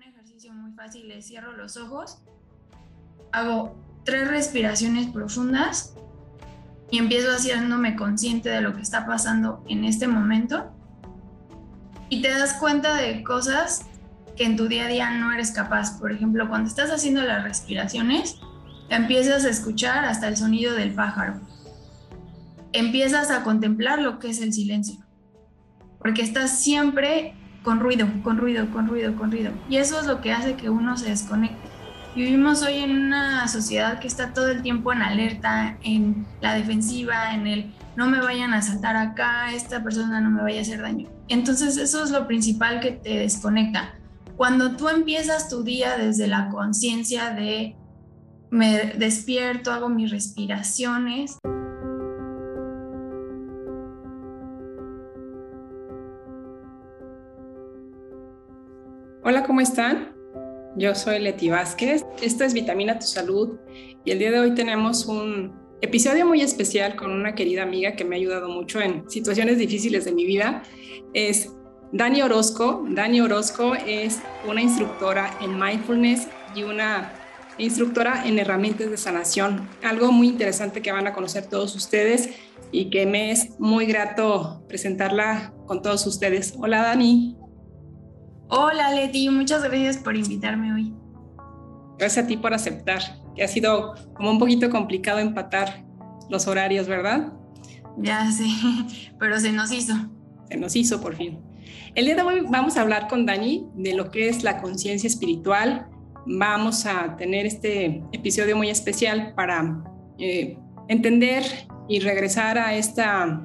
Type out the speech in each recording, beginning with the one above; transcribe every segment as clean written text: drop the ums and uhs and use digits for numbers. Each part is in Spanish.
Un ejercicio muy fácil es cierro los ojos, hago 3 respiraciones profundas y empiezo haciéndome consciente de lo que está pasando en este momento y te das cuenta de cosas que en tu día a día no eres capaz. Por ejemplo, cuando estás haciendo las respiraciones, empiezas a escuchar hasta el sonido del pájaro. Empiezas a contemplar lo que es el silencio, porque estás siempre con ruido, con ruido, con ruido, con ruido. Y eso es lo que hace que uno se desconecte. Vivimos hoy en una sociedad que está todo el tiempo en alerta, en la defensiva, en el no me vayan a asaltar acá, esta persona no me vaya a hacer daño. Entonces eso es lo principal que te desconecta. Cuando tú empiezas tu día desde la conciencia de me despierto, hago mis respiraciones. Hola, ¿cómo están? Yo soy Leti Vázquez. Esto es Vitamina Tu Salud y el día de hoy tenemos un episodio muy especial con una querida amiga que me ha ayudado mucho en situaciones difíciles de mi vida. Es Dani Orozco. Dani Orozco es una instructora en mindfulness y una instructora en herramientas de sanación. Algo muy interesante que van a conocer todos ustedes y que me es muy grato presentarla con todos ustedes. Hola, Dani. Hola Leti, muchas gracias por invitarme hoy. Gracias a ti por aceptar, que ha sido como un poquito complicado empatar los horarios, ¿verdad? Ya sé, pero se nos hizo. Se nos hizo por fin. El día de hoy vamos a hablar con Dani de lo que es la conciencia espiritual. Vamos a tener este episodio muy especial para entender y regresar a esta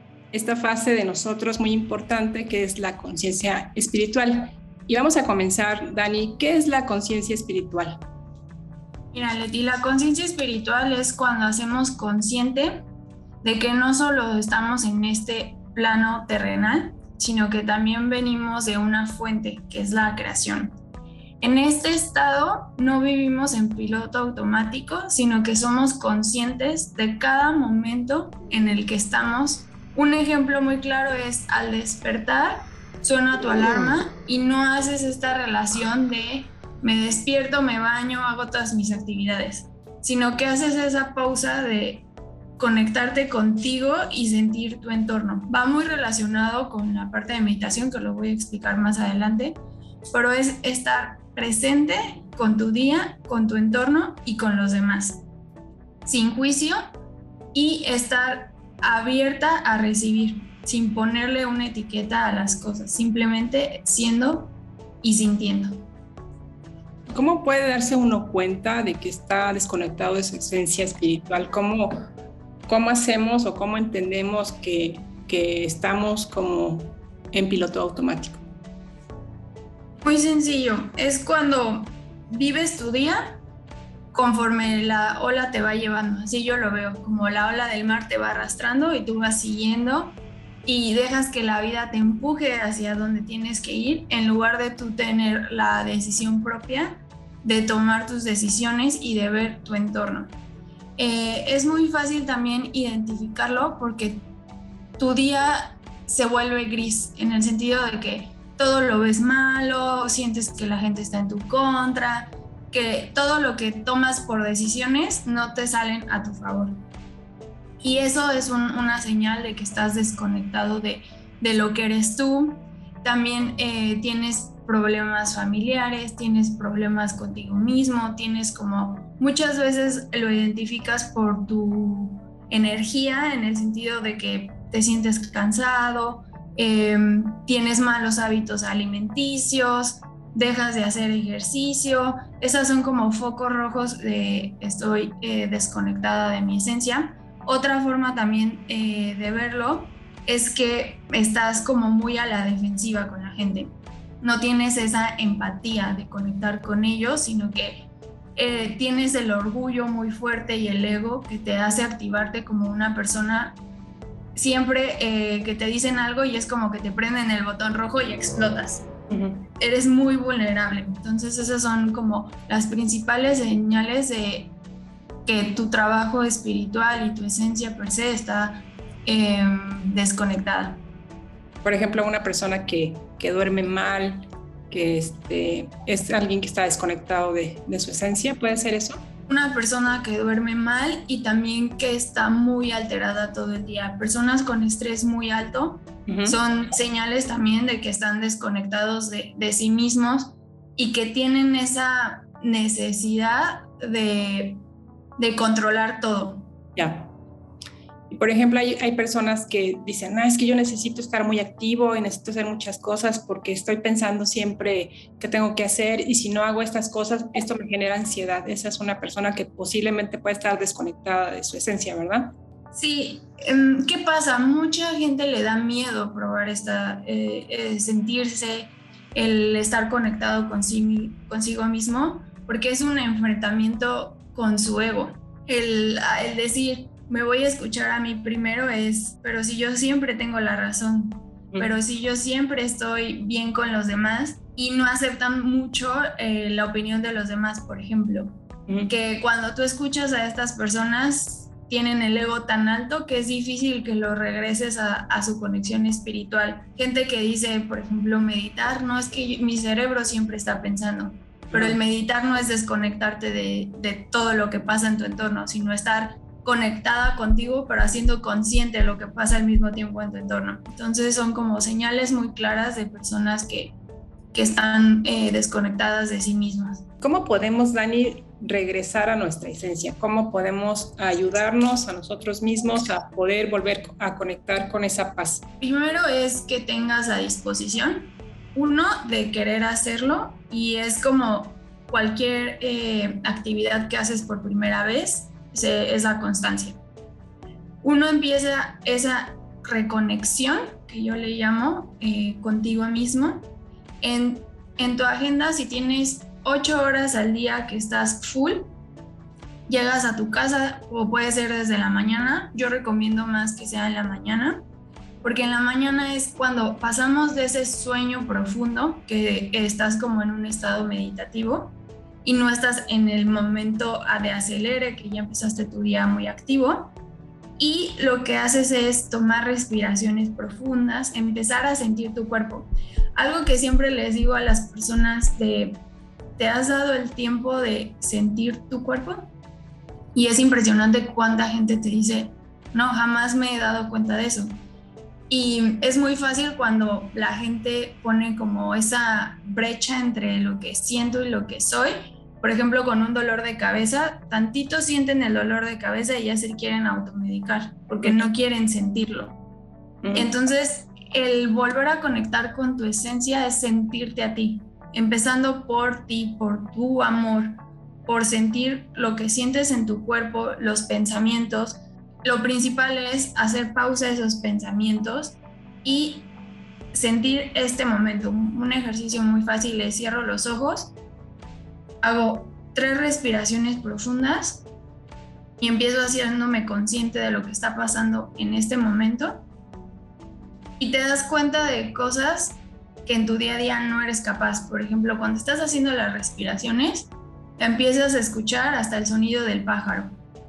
fase de nosotros muy importante que es la conciencia espiritual. Y vamos a comenzar, Dani, ¿qué es la conciencia espiritual? Mira, Leti, la conciencia espiritual es cuando hacemos consciente de que no solo estamos en este plano terrenal, sino que también venimos de una fuente, que es la creación. En este estado no vivimos en piloto automático, sino que somos conscientes de cada momento en el que estamos. Un ejemplo muy claro es al despertar, suena tu alarma y no haces esta relación de me despierto, me baño, hago todas mis actividades, sino que haces esa pausa de conectarte contigo y sentir tu entorno. Va muy relacionado con la parte de meditación, que lo voy a explicar más adelante, pero es estar presente con tu día, con tu entorno y con los demás, sin juicio y estar abierta a recibir, sin ponerle una etiqueta a las cosas, simplemente siendo y sintiendo. ¿Cómo puede darse uno cuenta de que está desconectado de su esencia espiritual? ¿Cómo hacemos o cómo entendemos que estamos como en piloto automático? Muy sencillo, es cuando vives tu día conforme la ola te va llevando, así yo lo veo, como la ola del mar te va arrastrando y tú vas siguiendo y dejas que la vida te empuje hacia donde tienes que ir en lugar de tú tener la decisión propia de tomar tus decisiones y de ver tu entorno. Es muy fácil también identificarlo porque tu día se vuelve gris en el sentido de que todo lo ves malo, sientes que la gente está en tu contra, que todo lo que tomas por decisiones no te salen a tu favor. Y eso es una señal de que estás desconectado de lo que eres tú. También tienes problemas familiares, tienes problemas contigo mismo, tienes como muchas veces lo identificas por tu energía en el sentido de que te sientes cansado, tienes malos hábitos alimenticios, dejas de hacer ejercicio. Esas son como focos rojos de estoy desconectada de mi esencia. Otra forma también de verlo es que estás como muy a la defensiva con la gente. No tienes esa empatía de conectar con ellos, sino que tienes el orgullo muy fuerte y el ego que te hace activarte como una persona siempre que te dicen algo y es como que te prenden el botón rojo y explotas. Eres muy vulnerable. Entonces esas son como las principales señales de que tu trabajo espiritual y tu esencia per se está desconectada. Por ejemplo, una persona que duerme mal que es alguien que está desconectado de su esencia. ¿Puede ser eso? Una persona que duerme mal y también que está muy alterada todo el día. Personas con estrés muy alto son señales también de que están desconectados de sí mismos y que tienen esa necesidad de controlar todo. Ya. Por ejemplo, hay personas que dicen, es que yo necesito estar muy activo y necesito hacer muchas cosas porque estoy pensando siempre qué tengo que hacer, y si no hago estas cosas, esto me genera ansiedad. Esa es una persona que posiblemente puede estar desconectada de su esencia, ¿verdad? Sí, ¿qué pasa? Mucha gente le da miedo probar sentirse, el estar conectado consigo mismo, porque es un enfrentamiento con su ego. El decir, me voy a escuchar a mí primero pero si yo siempre tengo la razón, pero si yo siempre estoy bien con los demás, y no aceptan mucho la opinión de los demás, por ejemplo, que cuando tú escuchas a estas personas tienen el ego tan alto que es difícil que lo regreses a su conexión espiritual. Gente que dice, por ejemplo, meditar, no, es que mi cerebro siempre está pensando, pero el meditar no es desconectarte de todo lo que pasa en tu entorno, sino estar conectada contigo, pero haciendo consciente de lo que pasa al mismo tiempo en tu entorno. Entonces son como señales muy claras de personas que están desconectadas de sí mismas. ¿Cómo podemos, Dani, regresar a nuestra esencia? ¿Cómo podemos ayudarnos a nosotros mismos a poder volver a conectar con esa paz? Primero es que tengas a disposición, uno, de querer hacerlo, y es como cualquier actividad que haces por primera vez, es la constancia. Uno empieza esa reconexión, que yo le llamo, contigo mismo. En tu agenda, si tienes 8 horas al día que estás full, llegas a tu casa, o puede ser desde la mañana. Yo recomiendo más que sea en la mañana, porque en la mañana es cuando pasamos de ese sueño profundo, que estás como en un estado meditativo y no estás en el momento de acelere, que ya empezaste tu día muy activo, y lo que haces es tomar respiraciones profundas, empezar a sentir tu cuerpo. Algo que siempre les digo a las personas ¿te has dado el tiempo de sentir tu cuerpo? Y es impresionante cuánta gente te dice, no, jamás me he dado cuenta de eso. Y es muy fácil cuando la gente pone como esa brecha entre lo que siento y lo que soy. Por ejemplo, con un dolor de cabeza, tantito sienten el dolor de cabeza y ya se quieren automedicar porque no quieren sentirlo. Entonces, el volver a conectar con tu esencia es sentirte a ti, empezando por ti, por tu amor, por sentir lo que sientes en tu cuerpo, los pensamientos. Lo principal es hacer pausa a esos pensamientos y sentir este momento. Un ejercicio muy fácil es cierro los ojos, hago 3 respiraciones profundas y empiezo haciéndome consciente de lo que está pasando en este momento, y te das cuenta de cosas que en tu día a día no eres capaz. Por ejemplo, cuando estás haciendo las respiraciones, empiezas a escuchar hasta el sonido del pájaro.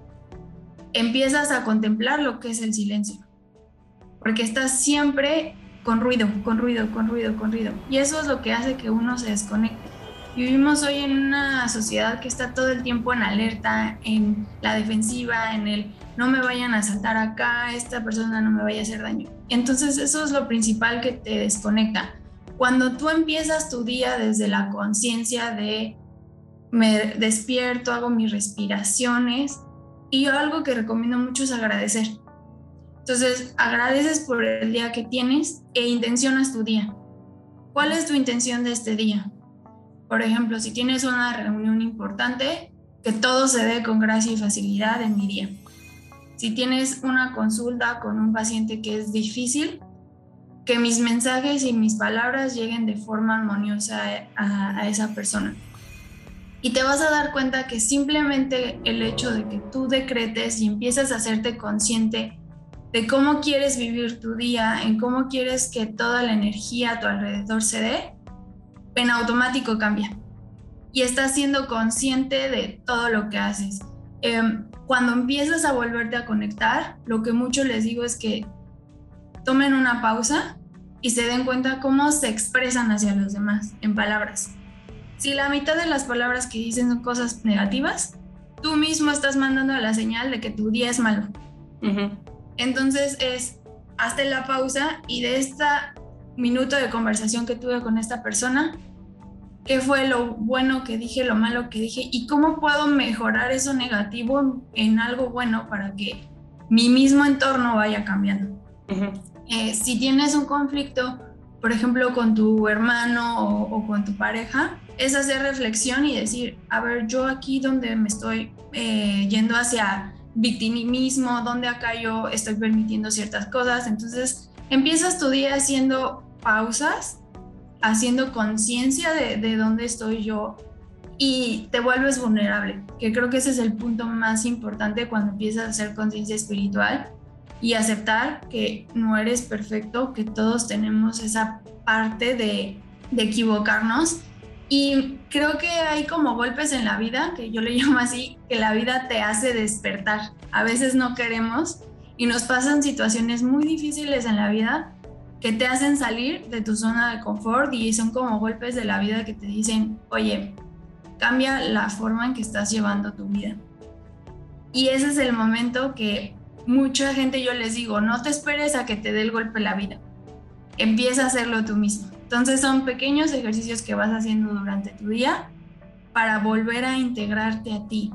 Empiezas a contemplar lo que es el silencio, porque estás siempre con ruido, con ruido, con ruido, con ruido. Y eso es lo que hace que uno se desconecte. Vivimos hoy en una sociedad que está todo el tiempo en alerta, en la defensiva, en el no me vayan a asaltar acá, esta persona no me vaya a hacer daño. Entonces eso es lo principal que te desconecta. Cuando tú empiezas tu día desde la conciencia de me despierto, hago mis respiraciones, y algo que recomiendo mucho es agradecer. Entonces agradeces por el día que tienes e intencionas tu día. ¿Cuál es tu intención de este día? Por ejemplo, si tienes una reunión importante, que todo se dé con gracia y facilidad en mi día. Si tienes una consulta con un paciente que es difícil, que mis mensajes y mis palabras lleguen de forma armoniosa a esa persona. Y te vas a dar cuenta que simplemente el hecho de que tú decretes y empiezas a hacerte consciente de cómo quieres vivir tu día, en cómo quieres que toda la energía a tu alrededor se dé, en automático cambia. Y estás siendo consciente de todo lo que haces. Cuando empiezas a volverte a conectar, lo que mucho les digo es que tomen una pausa y se den cuenta cómo se expresan hacia los demás en palabras. Si la mitad de las palabras que dicen son cosas negativas, tú mismo estás mandando la señal de que tu día es malo. Entonces hazte la pausa y de este minuto de conversación que tuve con esta persona, ¿qué fue lo bueno que dije, lo malo que dije y cómo puedo mejorar eso negativo en algo bueno para que mi mismo entorno vaya cambiando? Si tienes un conflicto, por ejemplo, con tu hermano o con tu pareja, es hacer reflexión y decir, a ver, yo aquí donde me estoy yendo hacia victimismo, donde acá yo estoy permitiendo ciertas cosas. Entonces empiezas tu día haciendo pausas, haciendo conciencia de dónde estoy yo y te vuelves vulnerable, que creo que ese es el punto más importante cuando empiezas a hacer conciencia espiritual y aceptar que no eres perfecto, que todos tenemos esa parte de equivocarnos. Y creo que hay como golpes en la vida, que yo le llamo así, que la vida te hace despertar. A veces no queremos y nos pasan situaciones muy difíciles en la vida que te hacen salir de tu zona de confort y son como golpes de la vida que te dicen, oye, cambia la forma en que estás llevando tu vida. Y ese es el momento que mucha gente yo les digo, no te esperes a que te dé el golpe la vida, empieza a hacerlo tú mismo. Entonces son pequeños ejercicios que vas haciendo durante tu día para volver a integrarte a ti.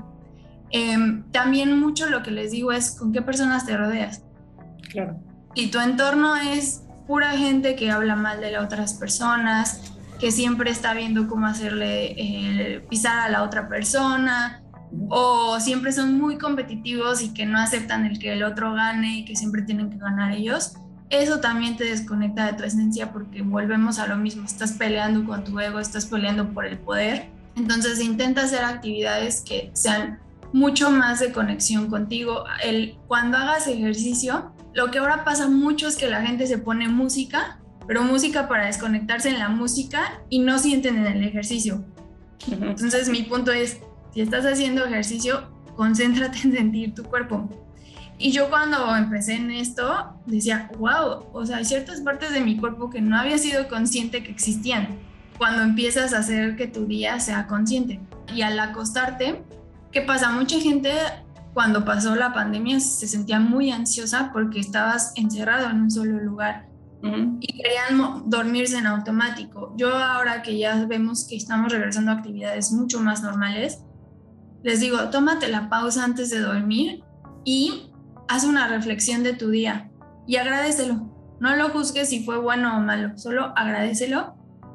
También mucho lo que les digo es con qué personas te rodeas. Claro. Si tu entorno es pura gente que habla mal de las otras personas, que siempre está viendo cómo hacerle pisar a la otra persona, o siempre son muy competitivos y que no aceptan el que el otro gane y que siempre tienen que ganar ellos, eso también te desconecta de tu esencia porque volvemos a lo mismo, estás peleando con tu ego, estás peleando por el poder. Entonces intenta hacer actividades que sean mucho más de conexión contigo. Cuando hagas ejercicio, lo que ahora pasa mucho es que la gente se pone música, pero música para desconectarse en la música y no sienten en el ejercicio. Entonces mi punto es, si estás haciendo ejercicio, concéntrate en sentir tu cuerpo. Y yo cuando empecé en esto decía, wow, o sea, hay ciertas partes de mi cuerpo que no había sido consciente que existían. Cuando empiezas a hacer que tu día sea consciente. Y al acostarte, ¿qué pasa? Mucha gente cuando pasó la pandemia se sentía muy ansiosa porque estabas encerrado en un solo lugar y querían dormirse en automático. Yo ahora que ya vemos que estamos regresando a actividades mucho más normales, les digo, tómate la pausa antes de dormir y haz una reflexión de tu día y agradécelo. No lo juzgues si fue bueno o malo, solo agradécelo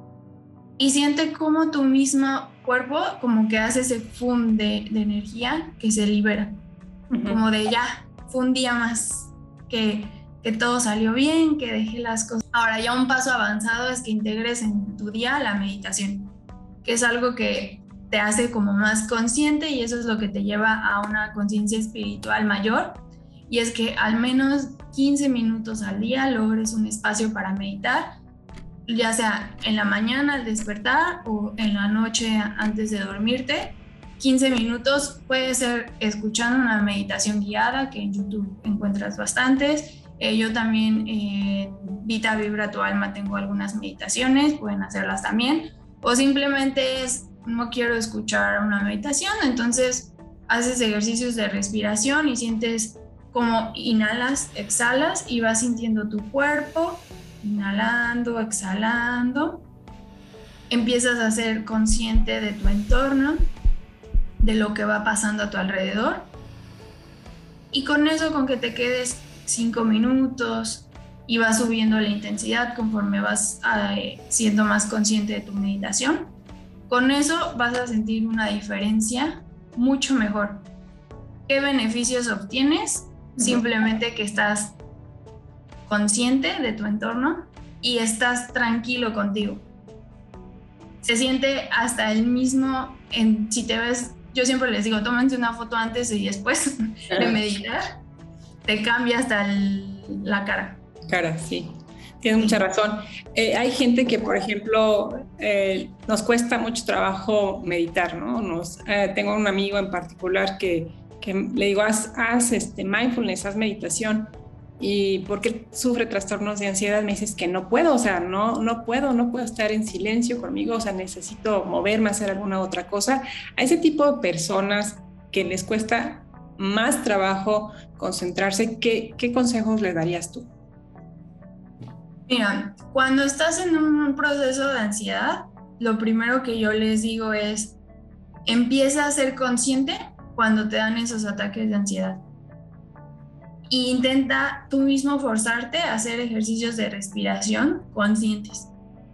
y siente cómo tu mismo cuerpo como que hace ese fum de energía que se libera. Como de ya, fue un día más que todo salió bien, que dejé las cosas. Ahora ya un paso avanzado es que integres en tu día la meditación, que es algo que te hace como más consciente y eso es lo que te lleva a una conciencia espiritual mayor. Y es que al menos 15 minutos al día logres un espacio para meditar, ya sea en la mañana al despertar o en la noche antes de dormirte. 15 minutos puede ser escuchando una meditación guiada, que en YouTube encuentras bastantes. Yo también, Vita Vibra Tu Alma, tengo algunas meditaciones, pueden hacerlas también. O simplemente no quiero escuchar una meditación, entonces haces ejercicios de respiración y sientes como inhalas, exhalas y vas sintiendo tu cuerpo, inhalando, exhalando. Empiezas a ser consciente de tu entorno, de lo que va pasando a tu alrededor. Y con eso, con que te quedes 5 minutos y vas subiendo la intensidad conforme vas siendo más consciente de tu meditación, con eso vas a sentir una diferencia mucho mejor. ¿Qué beneficios obtienes? Simplemente que estás consciente de tu entorno y estás tranquilo contigo. Se siente hasta el mismo, si te ves, yo siempre les digo, tómense una foto antes y después de meditar, te cambia hasta la cara. Cara, sí. Tienes mucha razón. Hay gente que, por ejemplo, nos cuesta mucho trabajo meditar, ¿no? Tengo un amigo en particular que le digo, haz mindfulness, haz meditación, y porque sufre trastornos de ansiedad, me dices que no puedo, o sea, no puedo estar en silencio conmigo, o sea, necesito moverme, hacer alguna otra cosa. A ese tipo de personas que les cuesta más trabajo concentrarse, ¿qué consejos le darías tú? Mira, cuando estás en un proceso de ansiedad, lo primero que yo les digo es, empieza a ser consciente cuando te dan esos ataques de ansiedad. E intenta tú mismo forzarte a hacer ejercicios de respiración conscientes.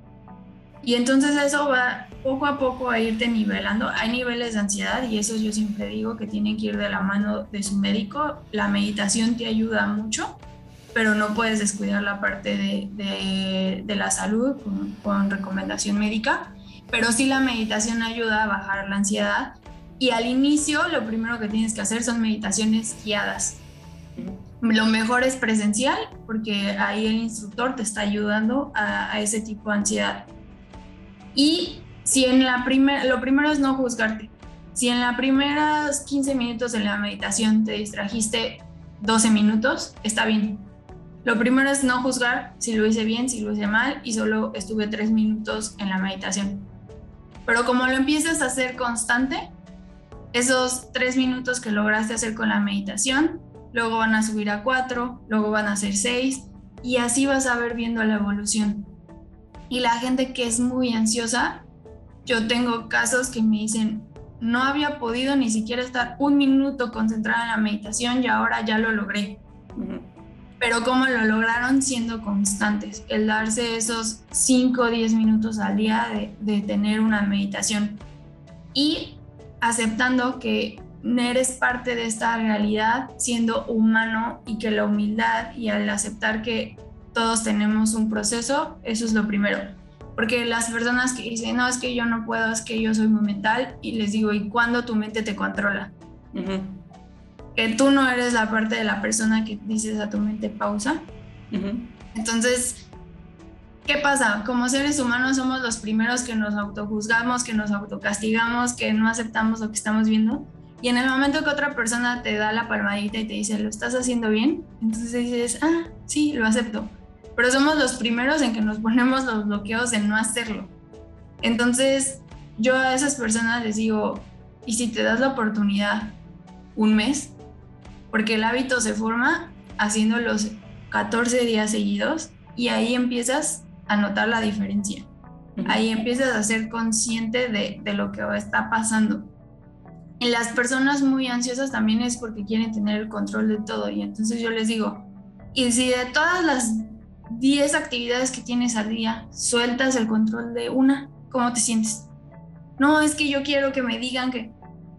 Y entonces eso va poco a poco a irte nivelando. Hay niveles de ansiedad y eso yo siempre digo que tienen que ir de la mano de su médico. La meditación te ayuda mucho, pero no puedes descuidar la parte de la salud con recomendación médica. Pero sí la meditación ayuda a bajar la ansiedad. Y al inicio lo primero que tienes que hacer son meditaciones guiadas. Lo mejor es presencial porque ahí el instructor te está ayudando a ese tipo de ansiedad. Y si en lo primero es no juzgarte. Si en los primeros 15 minutos de la meditación te distrajiste 12 minutos, está bien. Lo primero es no juzgar si lo hice bien, si lo hice mal y solo estuve 3 minutos en la meditación. Pero como lo empiezas a hacer constante, esos 3 minutos que lograste hacer con la meditación, luego van a subir a 4, luego van a ser 6 y así vas a ver viendo la evolución. Y la gente que es muy ansiosa, yo tengo casos que me dicen, no había podido ni siquiera estar 1 minuto concentrada en la meditación y ahora ya lo logré. Uh-huh. Pero ¿cómo lo lograron? Siendo constantes, el darse esos 5 o 10 minutos al día de tener una meditación y aceptando que eres parte de esta realidad, siendo humano y que la humildad y al aceptar que todos tenemos un proceso, eso es lo primero. Porque las personas que dicen, no, es que yo no puedo, es que yo soy muy mental, y les digo, ¿y cuándo tu mente te controla? Uh-huh. Que tú no eres la parte de la persona que dices a tu mente pausa. Uh-huh. Entonces, ¿qué pasa? Como seres humanos somos los primeros que nos autojuzgamos, que nos autocastigamos, que no aceptamos lo que estamos viendo. Y en el momento que otra persona te da la palmadita y te dice, ¿lo estás haciendo bien? Entonces dices, sí, lo acepto. Pero somos los primeros en que nos ponemos los bloqueos de no hacerlo. Entonces, yo a esas personas les digo, ¿y si te das la oportunidad 1 mes? Porque el hábito se forma haciendo los 14 días seguidos y ahí empiezas a notar la diferencia. Uh-huh. Ahí empiezas a ser consciente de lo que está pasando. En las personas muy ansiosas también es porque quieren tener el control de todo y entonces yo les digo, y si de todas las 10 actividades que tienes al día sueltas el control de una, ¿cómo te sientes? No, es que yo quiero que me digan que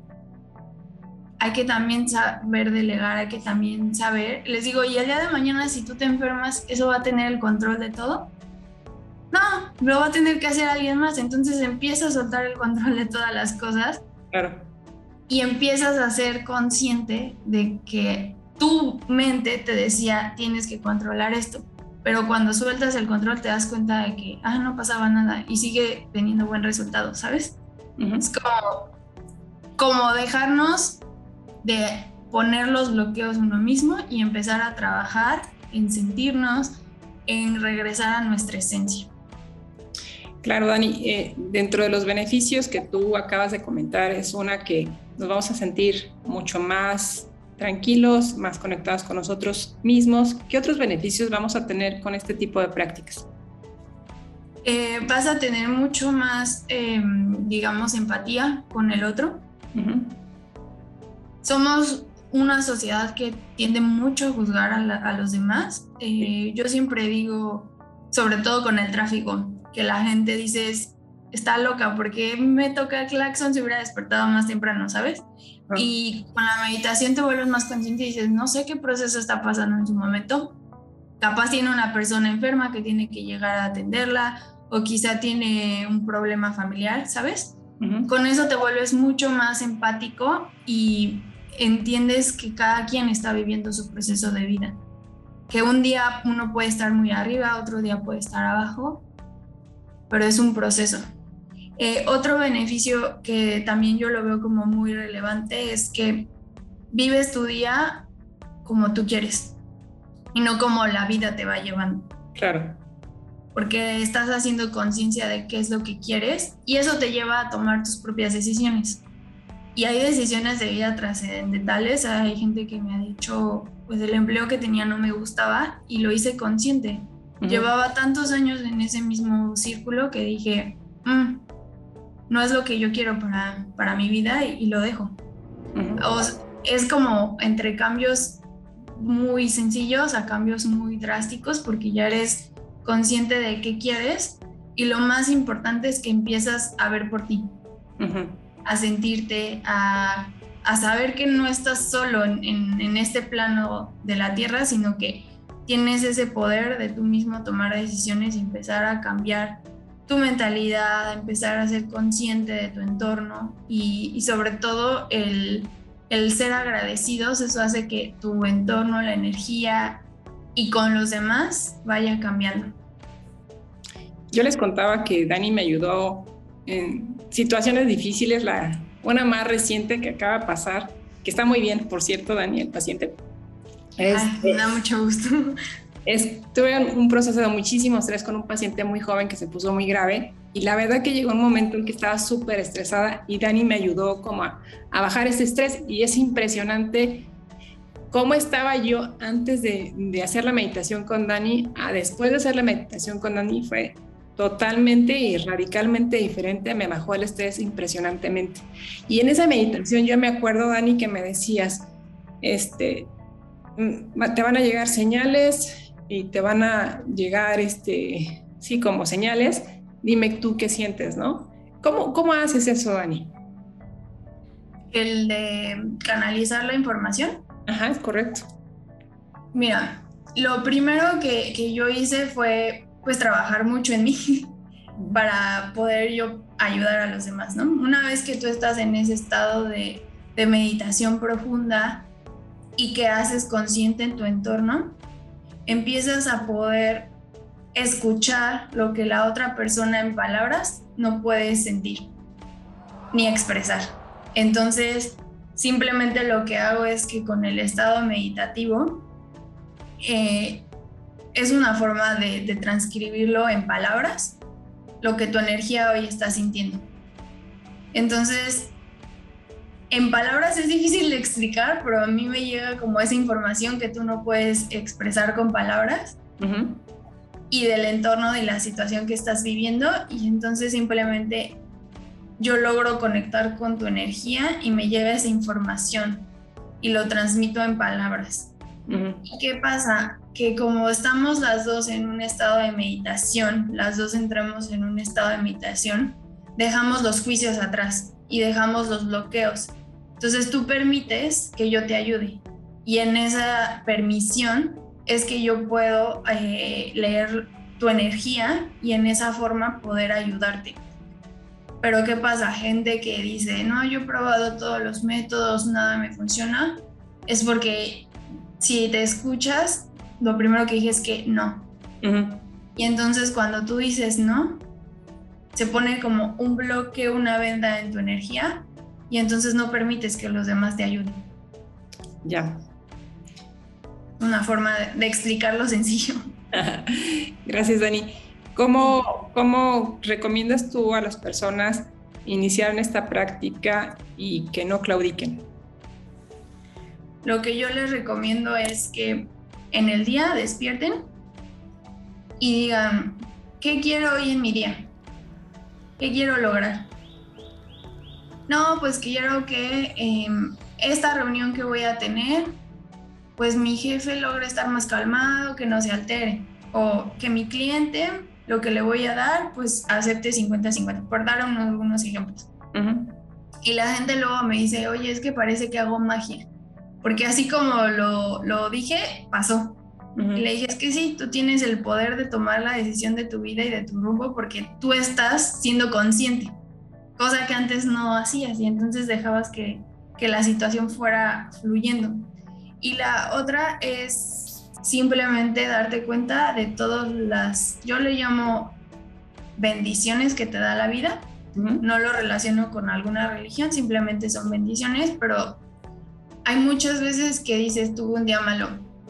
hay que también saber delegar, hay que también saber, les digo, y el día de mañana si tú te enfermas, ¿eso va a tener el control de todo? No, lo va a tener que hacer alguien más, entonces empieza a soltar el control de todas las cosas. Claro. Y empiezas a ser consciente de que tu mente te decía, tienes que controlar esto, pero cuando sueltas el control te das cuenta de que, no pasaba nada y sigue teniendo buen resultado, ¿sabes? Uh-huh. Es como dejarnos de poner los bloqueos uno mismo y empezar a trabajar en sentirnos, en regresar a nuestra esencia. Claro, Dani, dentro de los beneficios que tú acabas de comentar es una que nos vamos a sentir mucho más tranquilos, más conectados con nosotros mismos. ¿Qué otros beneficios vamos a tener con este tipo de prácticas? Vas a tener mucho más, digamos, empatía con el otro. Uh-huh. Somos una sociedad que tiende mucho a juzgar a los demás. Yo siempre digo, sobre todo con el tráfico, que la gente dice, está loca, porque me toca el claxon si hubiera despertado más temprano, ¿sabes? Ah. Y con la meditación te vuelves más consciente y dices, no sé qué proceso está pasando en su momento. Capaz tiene una persona enferma que tiene que llegar a atenderla, o quizá tiene un problema familiar, ¿sabes? Uh-huh. Con eso te vuelves mucho más empático y entiendes que cada quien está viviendo su proceso de vida. Que un día uno puede estar muy arriba, otro día puede estar abajo, pero es un proceso. Otro beneficio que también yo lo veo como muy relevante es que vives tu día como tú quieres. y no como la vida te va llevando. Claro. Porque estás haciendo conciencia de qué es lo que quieres y eso te lleva a tomar tus propias decisiones. Y hay decisiones de vida trascendentales. Hay gente que me ha dicho, pues el empleo que tenía no me gustaba y lo hice consciente. Llevaba tantos años en ese mismo círculo que dije, no es lo que yo quiero para mi vida y lo dejo. Es como entre cambios muy sencillos a cambios muy drásticos porque ya eres consciente de qué quieres y lo más importante es que empiezas a ver por ti, a sentirte, a saber que no estás solo en este plano de la tierra, sino que tienes ese poder de tú mismo tomar decisiones y empezar a cambiar tu mentalidad, a empezar a ser consciente de tu entorno y sobre todo el ser agradecidos. Eso hace que tu entorno, la energía y con los demás vaya cambiando. Yo les contaba que Dani me ayudó en situaciones difíciles, una más reciente que acaba de pasar, que está muy bien, por cierto, Dani, el paciente. Me da mucho gusto. Tuve un proceso de muchísimo estrés con un paciente muy joven que se puso muy grave y la verdad que llegó un momento en que estaba súper estresada y Dani me ayudó como a bajar ese estrés y es impresionante cómo estaba yo antes de hacer la meditación con Dani a después de hacer la meditación con Dani. Fue totalmente y radicalmente diferente, me bajó el estrés impresionantemente. Y en esa meditación yo me acuerdo, Dani, que me decías, te van a llegar señales y te van a llegar, sí, como señales, dime tú qué sientes, ¿no? ¿Cómo haces eso, Dani? El de canalizar la información. Ajá, es correcto. Mira, lo primero que yo hice fue pues trabajar mucho en mí para poder yo ayudar a los demás, ¿no? Una vez que tú estás en ese estado de meditación profunda y que haces consciente en tu entorno, empiezas a poder escuchar lo que la otra persona en palabras no puede sentir ni expresar. Entonces, simplemente lo que hago es que con el estado meditativo es una forma de transcribirlo en palabras, lo que tu energía hoy está sintiendo. Entonces, en palabras es difícil de explicar, pero a mí me llega como esa información que tú no puedes expresar con palabras y del entorno de la situación que estás viviendo, y entonces simplemente yo logro conectar con tu energía y me llega esa información y lo transmito en palabras. ¿Y qué pasa? Que como estamos las dos en un estado de meditación, las dos entramos en un estado de meditación, dejamos los juicios atrás y dejamos los bloqueos. Entonces tú permites que yo te ayude y en esa permisión es que yo puedo leer tu energía y en esa forma poder ayudarte. Pero ¿qué pasa? Gente que dice, no, yo he probado todos los métodos, nada me funciona, es porque si te escuchas, lo primero que dije es que no. Y entonces cuando tú dices no, se pone como un bloque, una venda en tu energía y entonces no permites que los demás te ayuden. Ya. Una forma de explicarlo sencillo. Gracias, Dani. ¿Cómo recomiendas tú a las personas iniciar en esta práctica y que no claudiquen? Lo que yo les recomiendo es que en el día despierten y digan, ¿qué quiero hoy en mi día? ¿Qué quiero lograr? No, pues quiero que esta reunión que voy a tener, pues mi jefe logre estar más calmado, que no se altere. O que mi cliente, lo que le voy a dar, pues acepte 50-50, por dar algunos ejemplos. Y la gente luego me dice, oye, es que parece que hago magia. Porque así como lo dije, pasó. Y le dije, es que sí, tú tienes el poder de tomar la decisión de tu vida y de tu rumbo porque tú estás siendo consciente, cosa que antes no hacías y entonces dejabas que la situación fuera fluyendo. Y la otra es simplemente darte cuenta de todas las, yo le llamo bendiciones que te da la vida. No lo relaciono con alguna religión, simplemente son bendiciones, pero hay muchas veces que dices, tuve un día malo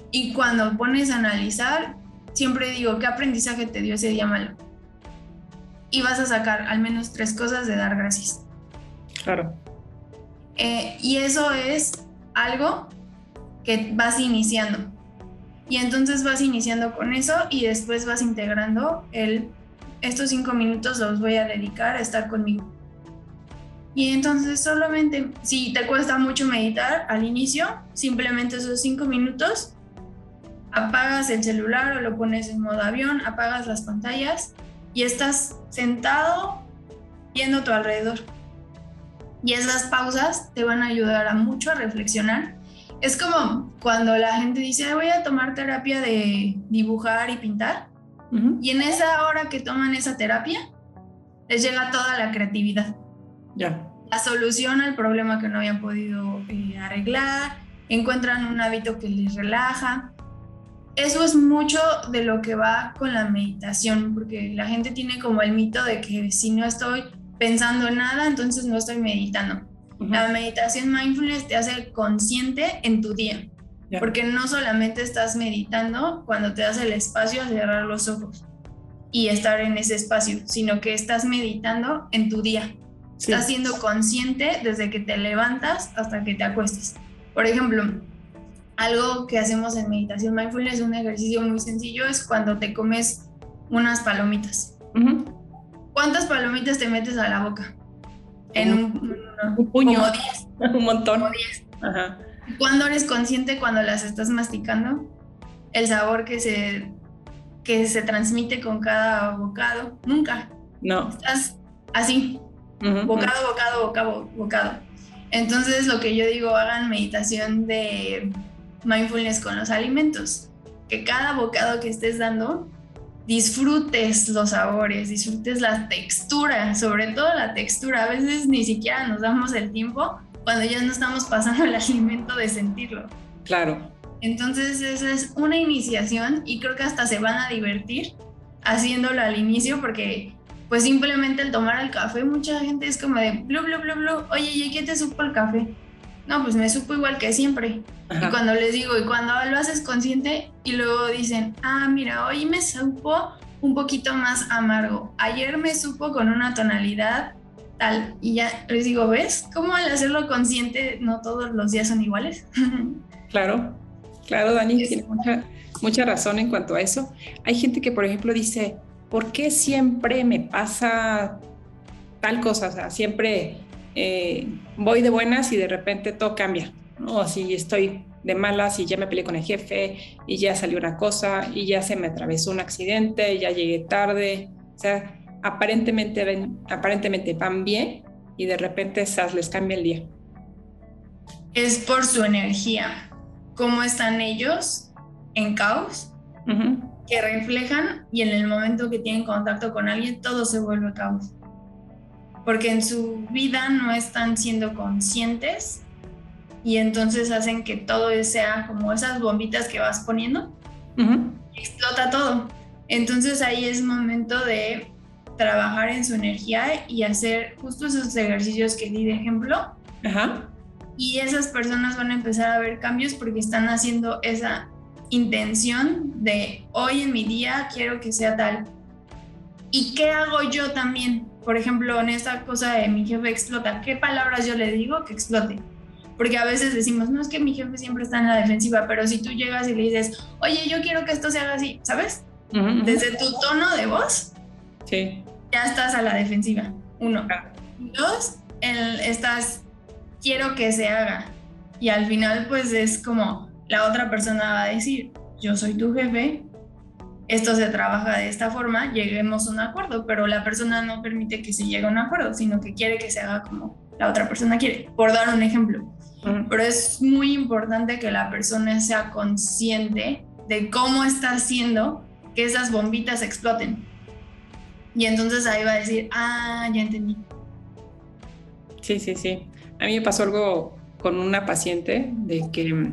Y cuando pones a analizar, siempre digo, ¿qué aprendizaje te dio ese día malo? Y vas a sacar al menos 3 cosas de dar gracias. Claro. Y eso es algo que vas iniciando. Y entonces vas iniciando con eso y después vas integrando estos 5 minutos los voy a dedicar a estar conmigo. Y entonces solamente, si te cuesta mucho meditar al inicio, simplemente esos 5 minutos, apagas el celular o lo pones en modo avión, apagas las pantallas y estás sentado viendo a tu alrededor. Y esas pausas te van a ayudar mucho a reflexionar. Es como cuando la gente dice, voy a tomar terapia de dibujar y pintar. Y en esa hora que toman esa terapia, les llega toda la creatividad. Ya. La solución al problema que no habían podido arreglar, encuentran un hábito que les relaja. Eso es mucho de lo que va con la meditación, porque la gente tiene como el mito de que si no estoy pensando en nada, entonces no estoy meditando. La meditación mindfulness te hace consciente en tu día, porque no solamente estás meditando cuando te das el espacio a cerrar los ojos y estar en ese espacio, sino que estás meditando en tu día. Sí. Estás siendo consciente desde que te levantas hasta que te acuestas. Por ejemplo, algo que hacemos en meditación mindfulness, un ejercicio muy sencillo, es cuando te comes unas palomitas. ¿Cuántas palomitas te metes a la boca? En un puño. Como 10. Un montón. Como 10. Ajá. ¿Cuándo eres consciente cuando las estás masticando? El sabor que se transmite con cada bocado. Nunca. No. Estás así. Bocado. Entonces, lo que yo digo, hagan meditación de mindfulness con los alimentos. Que cada bocado que estés dando, disfrutes los sabores, disfrutes la textura, sobre todo la textura. A veces ni siquiera nos damos el tiempo cuando ya no estamos pasando el alimento de sentirlo. Claro. Entonces esa es una iniciación y creo que hasta se van a divertir haciéndolo al inicio porque pues simplemente el tomar el café, mucha gente es como de blu, blu, blu, blu, oye, ¿y qué te supo el café? No, pues me supo igual que siempre. Ajá. Y cuando les digo, y cuando lo haces consciente y luego dicen, mira, hoy me supo un poquito más amargo, ayer me supo con una tonalidad tal, y ya les digo, ¿ves? ¿Cómo al hacerlo consciente no todos los días son iguales? Claro, Dani, tiene mucha razón en cuanto a eso. Hay gente que, por ejemplo, dice, ¿por qué siempre me pasa tal cosa? O sea, siempre voy de buenas y de repente todo cambia, ¿no? O si estoy de malas y ya me peleé con el jefe y ya salió una cosa y ya se me atravesó un accidente y ya llegué tarde. O sea, aparentemente van bien y de repente les cambia el día. Es por su energía. ¿Cómo están ellos en caos? Que reflejan y en el momento que tienen contacto con alguien todo se vuelve caos. Porque en su vida no están siendo conscientes y entonces hacen que todo sea como esas bombitas que vas poniendo y explota todo. Entonces ahí es momento de trabajar en su energía y hacer justo esos ejercicios que di de ejemplo. Y esas personas van a empezar a ver cambios porque están haciendo esa intención de hoy en mi día quiero que sea tal. ¿Y qué hago yo también? Por ejemplo, en esta cosa de mi jefe explota, ¿qué palabras yo le digo que explote? Porque a veces decimos, no, es que mi jefe siempre está en la defensiva, pero si tú llegas y le dices, oye, yo quiero que esto se haga así, ¿sabes? Desde tu tono de voz, sí, ya estás a la defensiva. 1. 2, quiero que se haga. Y al final, pues es como la otra persona va a decir, yo soy tu jefe, esto se trabaja de esta forma, lleguemos a un acuerdo, pero la persona no permite que se llegue a un acuerdo, sino que quiere que se haga como la otra persona quiere, por dar un ejemplo. Pero es muy importante que la persona sea consciente de cómo está haciendo que esas bombitas exploten. Y entonces ahí va a decir, ya entendí. Sí. A mí me pasó algo con una paciente de que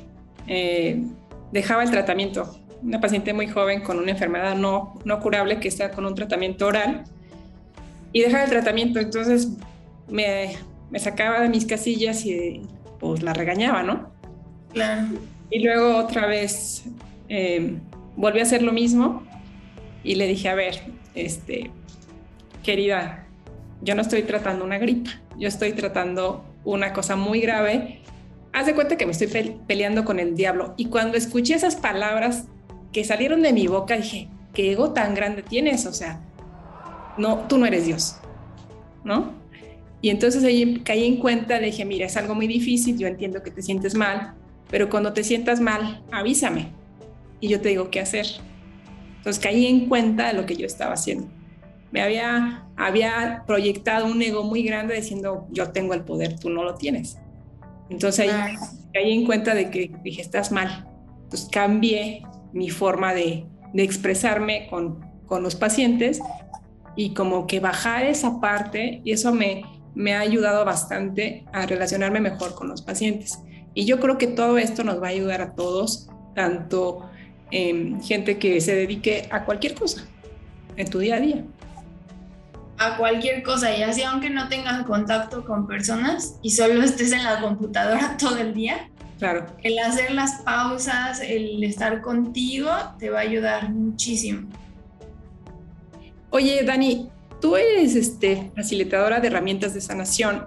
dejaba el tratamiento. Una paciente muy joven con una enfermedad no curable que está con un tratamiento oral y dejaba el tratamiento. Entonces me sacaba de mis casillas y pues la regañaba, ¿no? Claro. Y luego otra vez volví a hacer lo mismo y le dije, a ver, querida, yo no estoy tratando una gripa, yo estoy tratando una cosa muy grave. Haz de cuenta que me estoy peleando con el diablo. Y cuando escuché esas palabras que salieron de mi boca, dije, ¿qué ego tan grande tienes? O sea, no, tú no eres Dios, ¿no? Y entonces ahí caí en cuenta, le dije, mira, es algo muy difícil, yo entiendo que te sientes mal, pero cuando te sientas mal, avísame y yo te digo qué hacer. Entonces caí en cuenta de lo que yo estaba haciendo. Me había proyectado un ego muy grande diciendo, yo tengo el poder, tú no lo tienes. Entonces ahí caí en cuenta de que dije, estás mal. Entonces cambié mi forma de expresarme con los pacientes y como que bajar esa parte, y eso me ha ayudado bastante a relacionarme mejor con los pacientes. Y yo creo que todo esto nos va a ayudar a todos, tanto gente que se dedique a cualquier cosa en tu día a día. A cualquier cosa, y así aunque no tengas contacto con personas y solo estés en la computadora todo el día, Claro. el hacer las pausas, el estar contigo, te va a ayudar muchísimo. Oye, Dani, tú eres facilitadora de herramientas de sanación.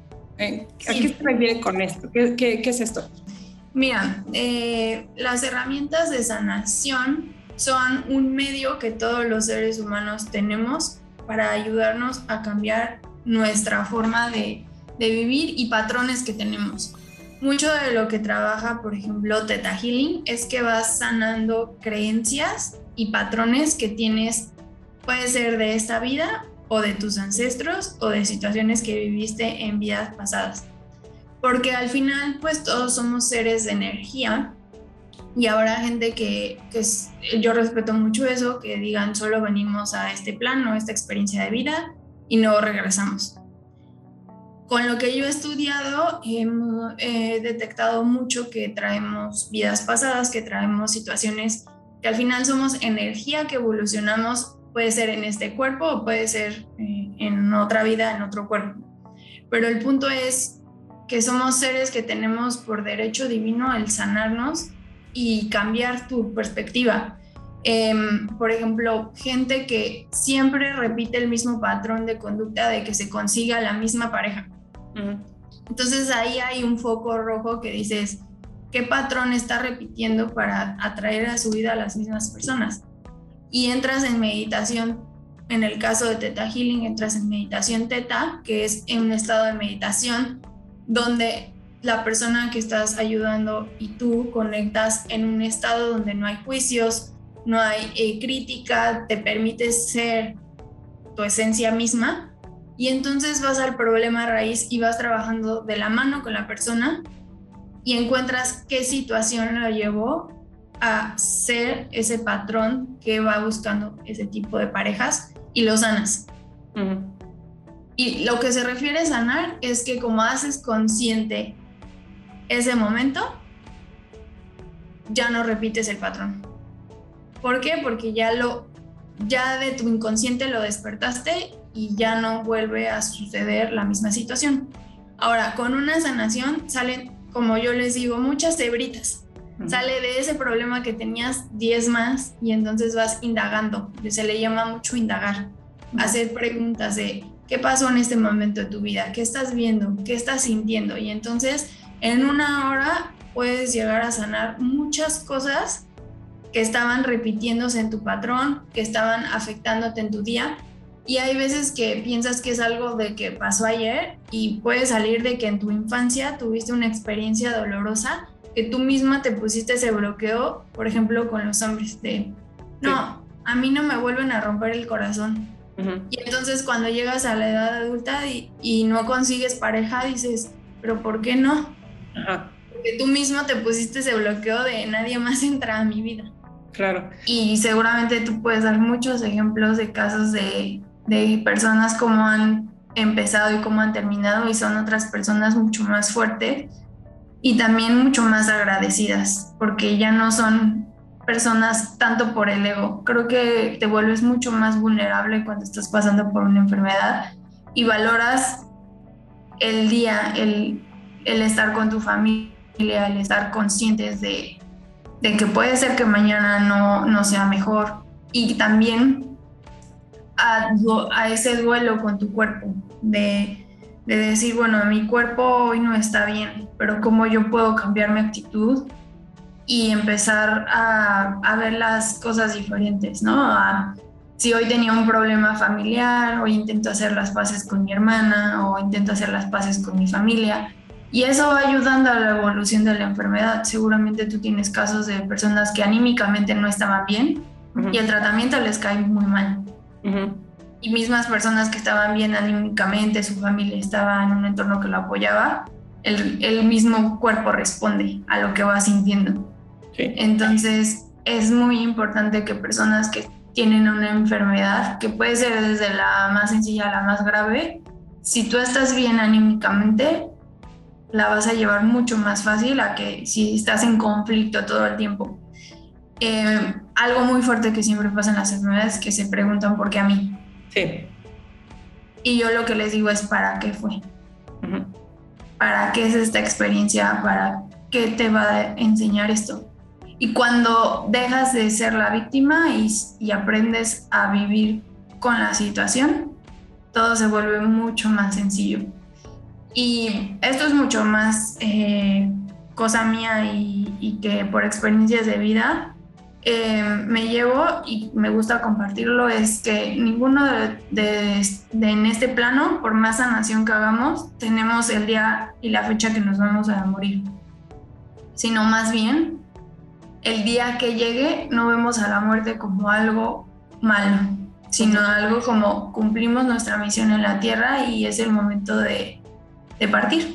¿A qué se refiere con esto? ¿Qué es esto? Mira, las herramientas de sanación son un medio que todos los seres humanos tenemos para ayudarnos a cambiar nuestra forma de vivir y patrones que tenemos. Mucho de lo que trabaja, por ejemplo, Theta Healing es que vas sanando creencias y patrones que tienes, puede ser de esta vida o de tus ancestros o de situaciones que viviste en vidas pasadas. Porque al final, pues todos somos seres de energía y habrá gente yo respeto mucho eso, que digan solo venimos a este plano, a esta experiencia de vida y no regresamos. Con lo que yo he estudiado, he detectado mucho que traemos vidas pasadas, que traemos situaciones que al final somos energía que evolucionamos, puede ser en este cuerpo o puede ser en otra vida, en otro cuerpo. Pero el punto es que somos seres que tenemos por derecho divino el sanarnos y cambiar tu perspectiva. Por ejemplo, gente que siempre repite el mismo patrón de conducta de que se consiga la misma pareja. Entonces ahí hay un foco rojo que dices, ¿qué patrón está repitiendo para atraer a su vida a las mismas personas? Y entras en meditación. En el caso de Theta Healing, entras en meditación Theta, que es en un estado de meditación donde la persona que estás ayudando y tú conectas en un estado donde no hay juicios, no hay crítica, te permites ser tu esencia misma, y entonces vas al problema raíz y vas trabajando de la mano con la persona y encuentras qué situación lo llevó a ser ese patrón que va buscando ese tipo de parejas y lo sanas. Y lo que se refiere a sanar es que como haces consciente ese momento, ya no repites el patrón. ¿Por qué? Porque ya de tu inconsciente lo despertaste y ya no vuelve a suceder la misma situación. Ahora, con una sanación salen, como yo les digo, muchas hebritas. Sale de ese problema que tenías 10 más y entonces vas indagando. Se le llama mucho indagar. Hacer preguntas de ¿qué pasó en este momento de tu vida? ¿Qué estás viendo? ¿Qué estás sintiendo? Y entonces en una hora puedes llegar a sanar muchas cosas que estaban repitiéndose en tu patrón, que estaban afectándote en tu día. Y hay veces que piensas que es algo de que pasó ayer y puede salir de que en tu infancia tuviste una experiencia dolorosa, que tú misma te pusiste ese bloqueo, por ejemplo, con los hombres de, no, a mí no me vuelven a romper el corazón. Y entonces cuando llegas a la edad adulta y no consigues pareja, dices, ¿pero por qué no? Porque tú mismo te pusiste ese bloqueo de nadie más entra a mi vida. Claro. Y seguramente tú puedes dar muchos ejemplos de casos de personas cómo han empezado y cómo han terminado y son otras personas mucho más fuertes y también mucho más agradecidas porque ya no son personas tanto por el ego. Creo que te vuelves mucho más vulnerable cuando estás pasando por una enfermedad y valoras el día, el estar con tu familia, el estar conscientes de que puede ser que mañana no sea mejor, y también a ese duelo con tu cuerpo, de decir, bueno, mi cuerpo hoy no está bien, pero cómo yo puedo cambiar mi actitud y empezar a ver las cosas diferentes, ¿no? Si hoy tenía un problema familiar, hoy intento hacer las paces con mi hermana o intento hacer las paces con mi familia. Y eso va ayudando a la evolución de la enfermedad. Seguramente tú tienes casos de personas que anímicamente no estaban bien y el tratamiento les cae muy mal. Y mismas personas que estaban bien anímicamente, su familia estaba en un entorno que lo apoyaba, el mismo cuerpo responde a lo que va sintiendo. Sí. Entonces es muy importante que personas que tienen una enfermedad, que puede ser desde la más sencilla a la más grave, si tú estás bien anímicamente, la vas a llevar mucho más fácil a que si estás en conflicto todo el tiempo. Algo muy fuerte que siempre pasa en las enfermedades es que se preguntan por qué a mí. Sí. Y yo lo que les digo es ¿para qué fue? ¿Para qué es esta experiencia? ¿Para qué te va a enseñar esto? Y cuando dejas de ser la víctima y aprendes a vivir con la situación, todo se vuelve mucho más sencillo. Y esto es mucho más cosa mía y que por experiencias de vida me llevo y me gusta compartirlo, es que ninguno en este plano, por más sanación que hagamos, tenemos el día y la fecha que nos vamos a morir, sino más bien el día que llegue no vemos a la muerte como algo malo, sino algo como cumplimos nuestra misión en la tierra y es el momento de partir.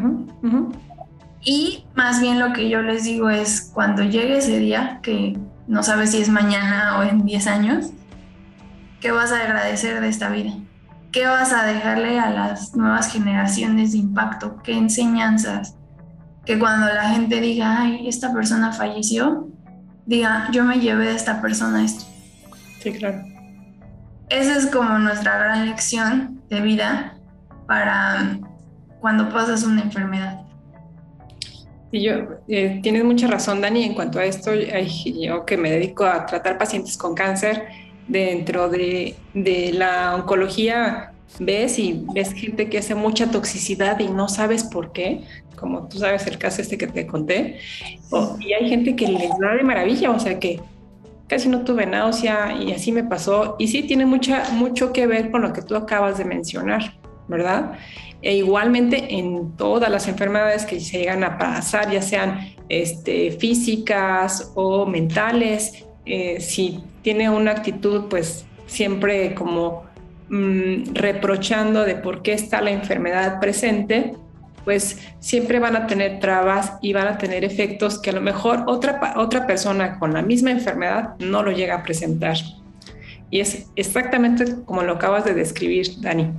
Y más bien lo que yo les digo es cuando llegue ese día, que no sabes si es mañana o en 10 años, ¿qué vas a agradecer de esta vida? ¿Qué vas a dejarle a las nuevas generaciones de impacto? ¿Qué enseñanzas? Que cuando la gente diga, ay, esta persona falleció, diga, yo me llevé de esta persona esto. Sí, claro. Esa es como nuestra gran lección de vida para cuando pasas una enfermedad. Y tienes mucha razón, Dani, en cuanto a esto. Yo que me dedico a tratar pacientes con cáncer, dentro de la oncología ves gente que hace mucha toxicidad y no sabes por qué, como tú sabes el caso que te conté, y hay gente que les da de maravilla, o sea que casi no tuve náusea y así me pasó, y sí tiene mucho que ver con lo que tú acabas de mencionar, ¿verdad? E igualmente en todas las enfermedades que se llegan a pasar, ya sean físicas o mentales, si tiene una actitud pues siempre como reprochando de por qué está la enfermedad presente, pues siempre van a tener trabas y van a tener efectos que a lo mejor otra persona con la misma enfermedad no lo llega a presentar. Y es exactamente como lo acabas de describir, Dani.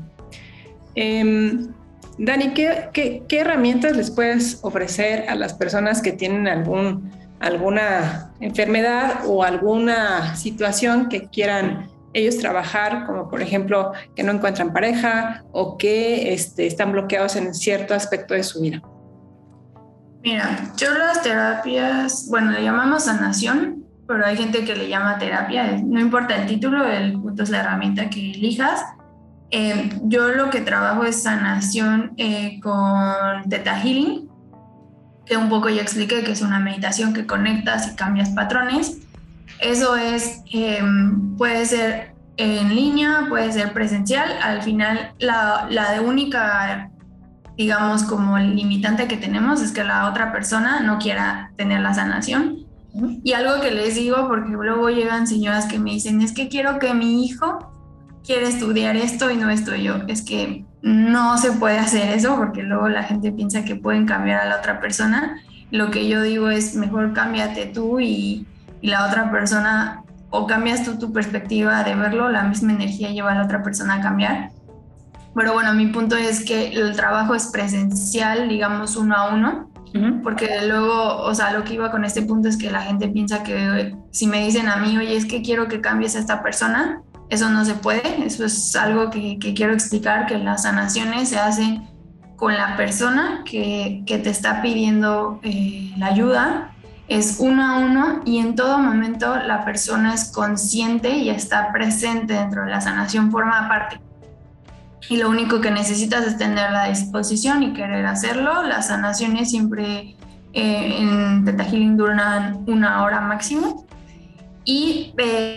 Dani, ¿qué herramientas les puedes ofrecer a las personas que tienen alguna enfermedad o alguna situación que quieran ellos trabajar, como por ejemplo que no encuentran pareja o que están bloqueados en cierto aspecto de su vida? Mira, yo las terapias, bueno, le llamamos sanación, pero hay gente que le llama terapia, no importa el título, el punto es la herramienta que elijas. Yo lo que trabajo es sanación con Theta Healing, que un poco ya expliqué que es una meditación que conectas y cambias patrones. Eso es, puede ser en línea, puede ser presencial. Al final, la de única, digamos, como limitante que tenemos es que la otra persona no quiera tener la sanación. Y algo que les digo, porque luego llegan señoras que me dicen, es que quiero que mi hijo quiere estudiar esto y no estoy yo. Es que no se puede hacer eso porque luego la gente piensa que pueden cambiar a la otra persona. Lo que yo digo es mejor cámbiate tú y la otra persona, o cambias tú tu perspectiva de verlo, la misma energía lleva a la otra persona a cambiar. Pero bueno, mi punto es que el trabajo es presencial, digamos 1 a 1, porque luego, o sea, lo que iba con este punto es que la gente piensa que si me dicen a mí, oye, es que quiero que cambies a esta persona, eso no se puede. Eso es algo que quiero explicar, que las sanaciones se hacen con la persona que te está pidiendo la ayuda. Es uno a uno y en todo momento la persona es consciente y está presente dentro de la sanación, forma parte. Y lo único que necesitas es tener la disposición y querer hacerlo. Las sanaciones siempre en Theta Healing duran 1 hora máximo. Y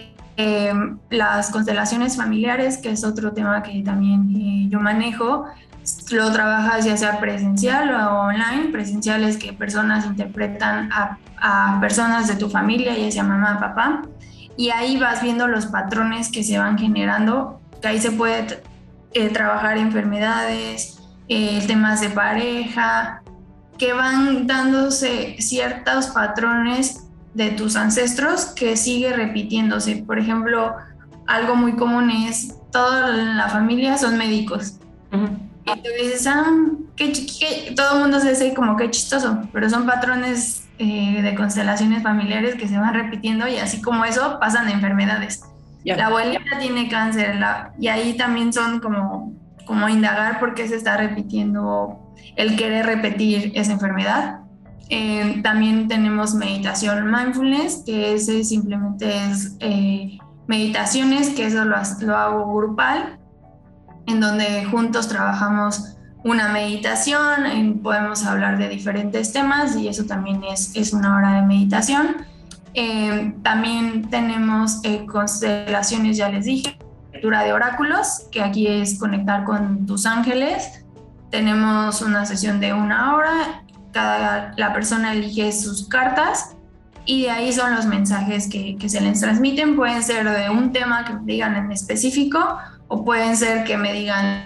las constelaciones familiares, que es otro tema que también yo manejo, lo trabajas ya sea presencial o online. Presencial es que personas interpretan a personas de tu familia, ya sea mamá, papá, y ahí vas viendo los patrones que se van generando, que ahí se puede trabajar enfermedades, temas de pareja, que van dándose ciertos patrones de tus ancestros que sigue repitiéndose. Por ejemplo, algo muy común es toda la familia son médicos. Y tú dices, todo el mundo se dice como que chistoso, pero son patrones de constelaciones familiares que se van repitiendo y así como eso pasan enfermedades. Yeah. La abuelita tiene cáncer y ahí también son como indagar por qué se está repitiendo el querer repetir esa enfermedad. También tenemos meditación mindfulness, que ese simplemente es meditaciones, que eso lo hago grupal, en donde juntos trabajamos una meditación, podemos hablar de diferentes temas y eso también es 1 hora de meditación. También tenemos constelaciones, ya les dije, lectura de oráculos, que aquí es conectar con tus ángeles. Tenemos una sesión de 1 hora, la persona elige sus cartas y de ahí son los mensajes que se les transmiten. Pueden ser de un tema que me digan en específico o pueden ser que me digan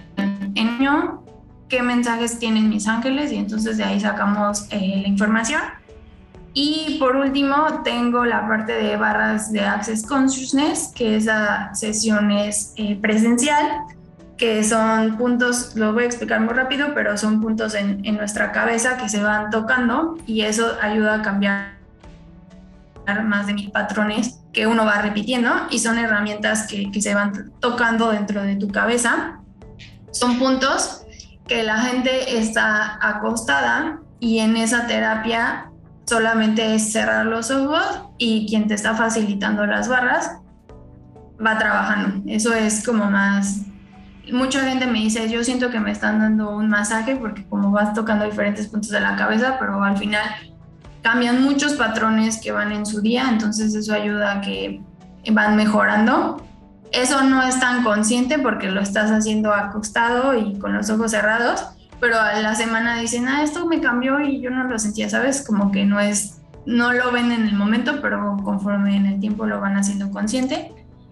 qué mensajes tienen mis ángeles y entonces de ahí sacamos la información. Y por último tengo la parte de barras de Access Consciousness, que esa sesión es presencial, que son puntos, lo voy a explicar muy rápido, pero son puntos en nuestra cabeza que se van tocando y eso ayuda a cambiar más de 1000 patrones que uno va repitiendo y son herramientas que se van tocando dentro de tu cabeza. Son puntos que la gente está acostada y en esa terapia solamente es cerrar los ojos y quien te está facilitando las barras va trabajando. Eso es como más... Mucha gente me dice, yo siento que me están dando un masaje porque como vas tocando diferentes puntos de la cabeza, pero al final cambian muchos patrones que van en su día, entonces eso ayuda a que van mejorando. Eso no es tan consciente porque lo estás haciendo acostado y con los ojos cerrados, pero a la semana dicen, esto me cambió y yo no lo sentía, ¿sabes? Como que no lo ven en el momento, pero conforme en el tiempo lo van haciendo consciente.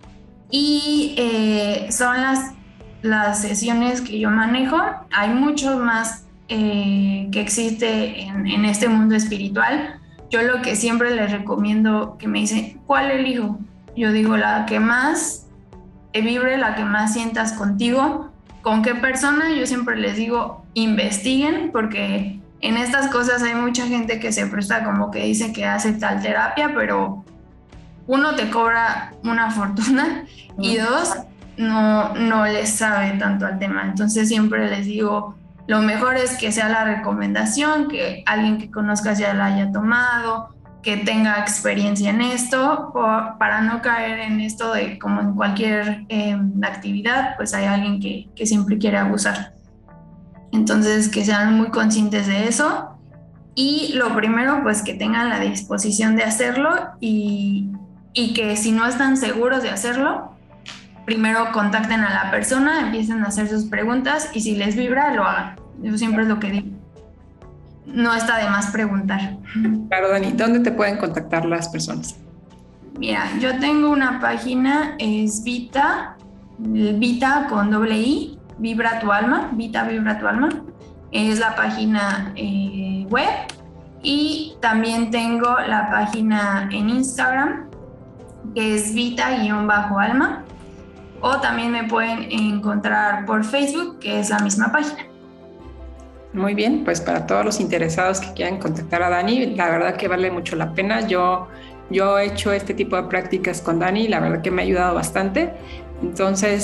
Y son las sesiones que yo manejo. Hay mucho más que existe en este mundo espiritual. Yo lo que siempre les recomiendo, que me dicen, ¿cuál elijo? Yo digo la que más te vibre, la que más sientas contigo. ¿Con qué persona? Yo siempre les digo, investiguen, porque en estas cosas hay mucha gente que se presta como que dice que hace tal terapia, pero uno te cobra una fortuna y dos, no les sabe tanto al tema. Entonces siempre les digo, lo mejor es que sea la recomendación, que alguien que conozcas ya la haya tomado, que tenga experiencia en esto, para no caer en esto de como en cualquier actividad, pues hay alguien que siempre quiere abusar. Entonces que sean muy conscientes de eso y lo primero pues que tengan la disposición de hacerlo y que si no están seguros de hacerlo, primero contacten a la persona, empiecen a hacer sus preguntas y si les vibra, lo hagan. Yo siempre es lo que digo. No está de más preguntar. Claro, Dani, ¿dónde te pueden contactar las personas? Mira, yo tengo una página, es Vita con doble I, Vibra tu Alma, Vita Vibra tu Alma. Es la página web y también tengo la página en Instagram, que es Vita-Alma. O también me pueden encontrar por Facebook, que es la misma página. Muy bien, pues para todos los interesados que quieran contactar a Dani, la verdad que vale mucho la pena. Yo he hecho este tipo de prácticas con Dani, la verdad que me ha ayudado bastante. Entonces,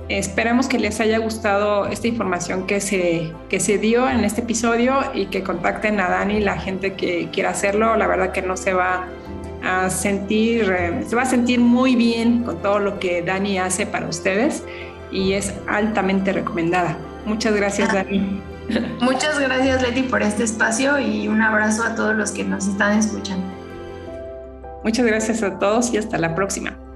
Esperemos que les haya gustado esta información que se dio en este episodio y que contacten a Dani, la gente que quiera hacerlo. La verdad que no se va a sentir, se va a sentir muy bien con todo lo que Dani hace para ustedes y es altamente recomendada. Muchas gracias, Dani. Muchas gracias, Leti, por este espacio y un abrazo a todos los que nos están escuchando. Muchas gracias a todos y hasta la próxima.